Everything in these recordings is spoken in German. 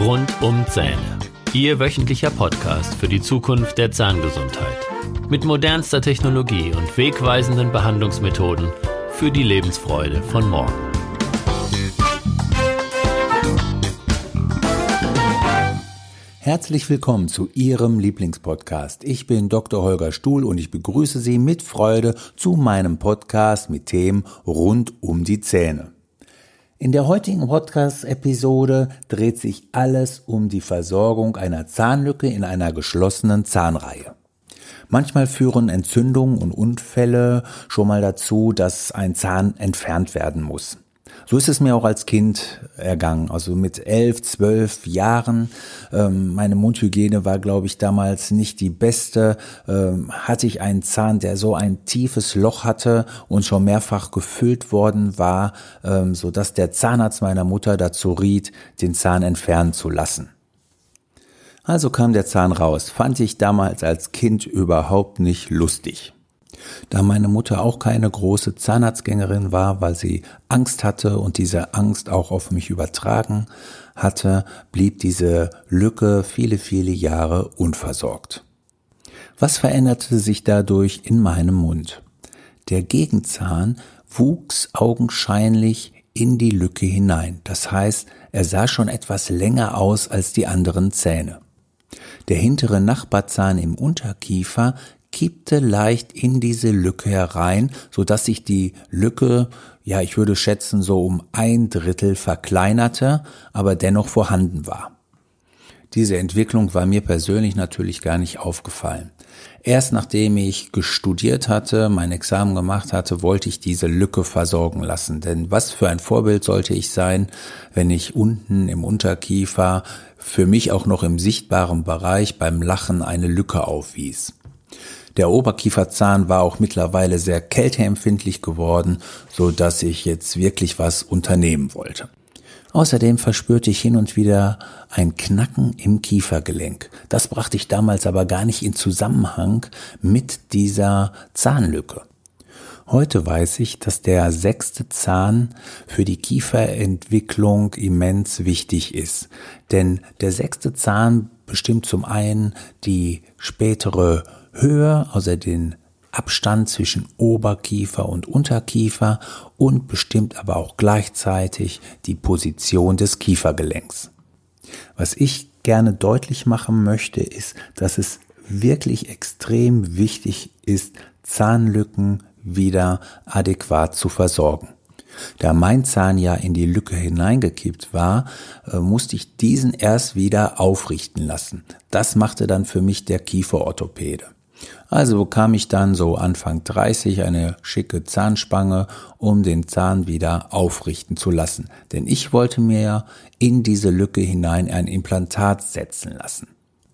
Rund um Zähne. Ihr wöchentlicher Podcast für die Zukunft der Zahngesundheit. Mit modernster Technologie und wegweisenden Behandlungsmethoden für die Lebensfreude von morgen. Herzlich willkommen zu Ihrem Lieblingspodcast. Ich bin Dr. Holger Stuhl und ich begrüße Sie mit Freude zu meinem Podcast mit Themen rund um die Zähne. In der heutigen Podcast-Episode dreht sich alles um die Versorgung einer Zahnlücke in einer geschlossenen Zahnreihe. Manchmal führen Entzündungen und Unfälle schon mal dazu, dass ein Zahn entfernt werden muss. So ist es mir auch als Kind ergangen, also mit 11, 12 Jahren. Meine Mundhygiene war, glaube ich, damals nicht die beste. Hatte ich einen Zahn, der so ein tiefes Loch hatte und schon mehrfach gefüllt worden war, sodass der Zahnarzt meiner Mutter dazu riet, den Zahn entfernen zu lassen. Also kam der Zahn raus, fand ich damals als Kind überhaupt nicht lustig. Da meine Mutter auch keine große Zahnarztgängerin war, weil sie Angst hatte und diese Angst auch auf mich übertragen hatte, blieb diese Lücke viele, viele Jahre unversorgt. Was veränderte sich dadurch in meinem Mund? Der Gegenzahn wuchs augenscheinlich in die Lücke hinein. Das heißt, er sah schon etwas länger aus als die anderen Zähne. Der hintere Nachbarzahn im Unterkiefer kippte leicht in diese Lücke herein, sodass sich die Lücke, ich würde schätzen, so um 1/3 verkleinerte, aber dennoch vorhanden war. Diese Entwicklung war mir persönlich natürlich gar nicht aufgefallen. Erst nachdem ich studiert hatte, mein Examen gemacht hatte, wollte ich diese Lücke versorgen lassen. Denn was für ein Vorbild sollte ich sein, wenn ich unten im Unterkiefer für mich auch noch im sichtbaren Bereich beim Lachen eine Lücke aufwies. Der Oberkieferzahn war auch mittlerweile sehr kälteempfindlich geworden, so dass ich jetzt wirklich was unternehmen wollte. Außerdem verspürte ich hin und wieder ein Knacken im Kiefergelenk. Das brachte ich damals aber gar nicht in Zusammenhang mit dieser Zahnlücke. Heute weiß ich, dass der 6. Zahn für die Kieferentwicklung immens wichtig ist. Denn der 6. Zahn bestimmt zum einen die spätere Höhe, also den Abstand zwischen Oberkiefer und Unterkiefer und bestimmt aber auch gleichzeitig die Position des Kiefergelenks. Was ich gerne deutlich machen möchte, ist, dass es wirklich extrem wichtig ist, Zahnlücken wieder adäquat zu versorgen. Da mein Zahn ja in die Lücke hineingekippt war, musste ich diesen erst wieder aufrichten lassen. Das machte dann für mich der Kieferorthopäde. Also bekam ich dann so Anfang 30 eine schicke Zahnspange, um den Zahn wieder aufrichten zu lassen. Denn ich wollte mir ja in diese Lücke hinein ein Implantat setzen lassen.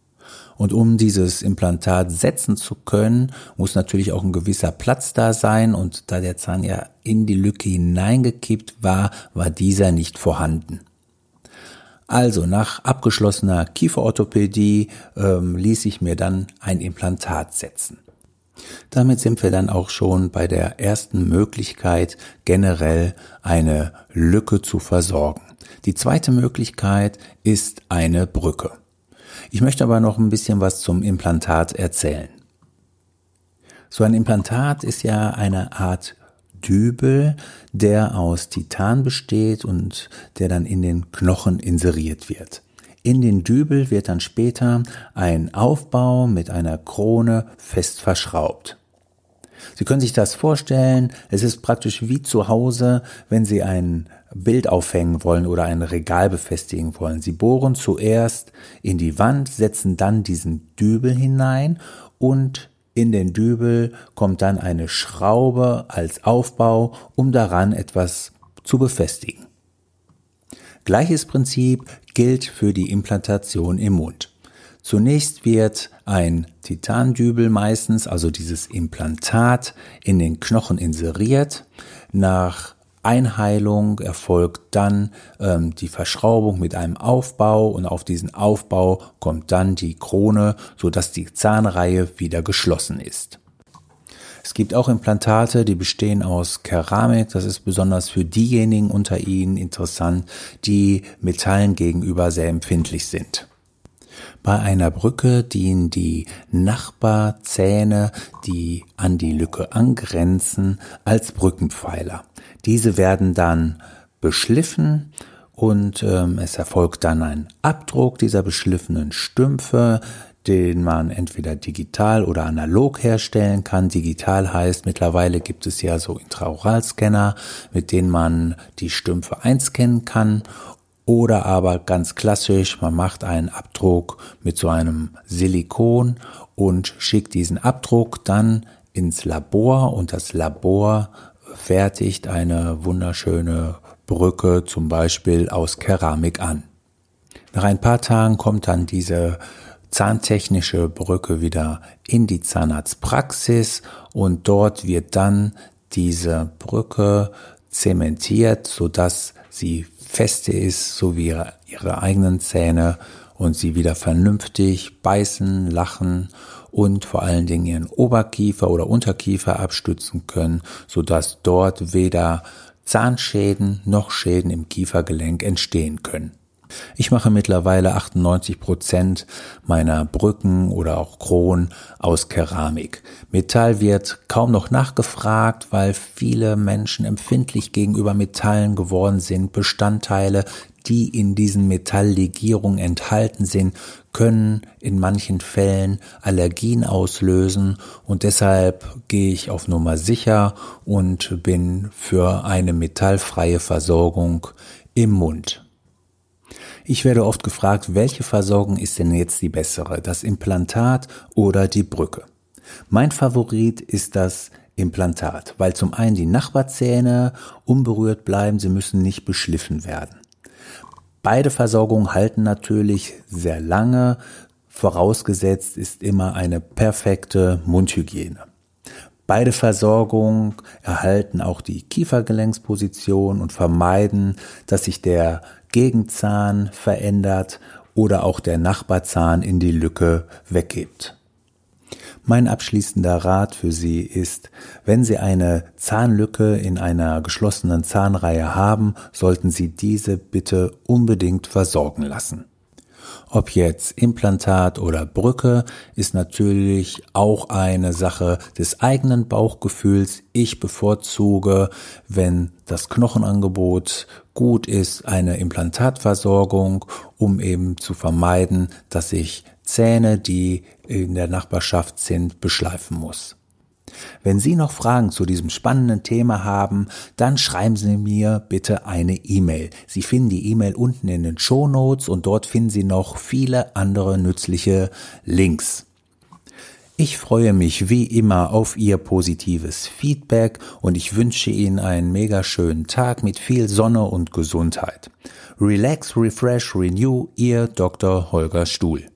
Und um dieses Implantat setzen zu können, muss natürlich auch ein gewisser Platz da sein. Und da der Zahn ja in die Lücke hineingekippt war, war dieser nicht vorhanden. Also nach abgeschlossener Kieferorthopädie ließ ich mir dann ein Implantat setzen. Damit sind wir dann auch schon bei der ersten Möglichkeit, generell eine Lücke zu versorgen. Die zweite Möglichkeit ist eine Brücke. Ich möchte aber noch ein bisschen was zum Implantat erzählen. So ein Implantat ist ja eine Art Dübel, der aus Titan besteht und der dann in den Knochen inseriert wird. In den Dübel wird dann später ein Aufbau mit einer Krone fest verschraubt. Sie können sich das vorstellen, es ist praktisch wie zu Hause, wenn Sie ein Bild aufhängen wollen oder ein Regal befestigen wollen. Sie bohren zuerst in die Wand, setzen dann diesen Dübel hinein und in den Dübel kommt dann eine Schraube als Aufbau, um daran etwas zu befestigen. Gleiches Prinzip gilt für die Implantation im Mund. Zunächst wird ein Titandübel meistens, also dieses Implantat, in den Knochen inseriert. Nach Einheilung erfolgt dann die Verschraubung mit einem Aufbau und auf diesen Aufbau kommt dann die Krone, sodass die Zahnreihe wieder geschlossen ist. Es gibt auch Implantate, die bestehen aus Keramik. Das ist besonders für diejenigen unter Ihnen interessant, die Metallen gegenüber sehr empfindlich sind. Bei einer Brücke dienen die Nachbarzähne, die an die Lücke angrenzen, als Brückenpfeiler. Diese werden dann beschliffen und es erfolgt dann ein Abdruck dieser beschliffenen Stümpfe, den man entweder digital oder analog herstellen kann. Digital heißt, mittlerweile gibt es ja so Intraoralscanner, mit denen man die Stümpfe einscannen kann. Oder aber ganz klassisch, man macht einen Abdruck mit so einem Silikon und schickt diesen Abdruck dann ins Labor und das Labor fertigt eine wunderschöne Brücke zum Beispiel aus Keramik an. Nach ein paar Tagen kommt dann diese zahntechnische Brücke wieder in die Zahnarztpraxis und dort wird dann diese Brücke zementiert, sodass sie feste ist, so wie ihre eigenen Zähne und sie wieder vernünftig beißen, lachen und vor allen Dingen ihren Oberkiefer oder Unterkiefer abstützen können, sodass dort weder Zahnschäden noch Schäden im Kiefergelenk entstehen können. Ich mache mittlerweile 98% meiner Brücken oder auch Kronen aus Keramik. Metall wird kaum noch nachgefragt, weil viele Menschen empfindlich gegenüber Metallen geworden sind. Bestandteile, die in diesen Metalllegierungen enthalten sind, können in manchen Fällen Allergien auslösen und deshalb gehe ich auf Nummer sicher und bin für eine metallfreie Versorgung im Mund. Ich werde oft gefragt, welche Versorgung ist denn jetzt die bessere, das Implantat oder die Brücke? Mein Favorit ist das Implantat, weil zum einen die Nachbarzähne unberührt bleiben, sie müssen nicht beschliffen werden. Beide Versorgungen halten natürlich sehr lange, vorausgesetzt ist immer eine perfekte Mundhygiene. Beide Versorgungen erhalten auch die Kiefergelenksposition und vermeiden, dass sich der Gegenzahn verändert oder auch der Nachbarzahn in die Lücke weggibt. Mein abschließender Rat für Sie ist, wenn Sie eine Zahnlücke in einer geschlossenen Zahnreihe haben, sollten Sie diese bitte unbedingt versorgen lassen. Ob jetzt Implantat oder Brücke, ist natürlich auch eine Sache des eigenen Bauchgefühls. Ich bevorzuge, wenn das Knochenangebot gut ist, eine Implantatversorgung, um eben zu vermeiden, dass ich Zähne, die in der Nachbarschaft sind, beschleifen muss. Wenn Sie noch Fragen zu diesem spannenden Thema haben, dann schreiben Sie mir bitte eine E-Mail. Sie finden die E-Mail unten in den Shownotes und dort finden Sie noch viele andere nützliche Links. Ich freue mich wie immer auf Ihr positives Feedback und ich wünsche Ihnen einen mega schönen Tag mit viel Sonne und Gesundheit. Relax, Refresh, Renew, Ihr Dr. Holger Stuhl.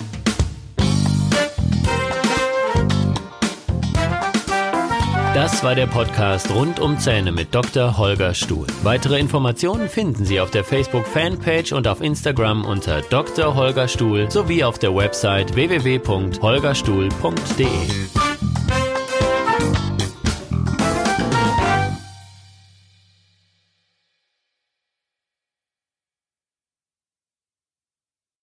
Das war der Podcast rund um Zähne mit Dr. Holger Stuhl. Weitere Informationen finden Sie auf der Facebook-Fanpage und auf Instagram unter Dr. Holger Stuhl sowie auf der Website www.holgerstuhl.de.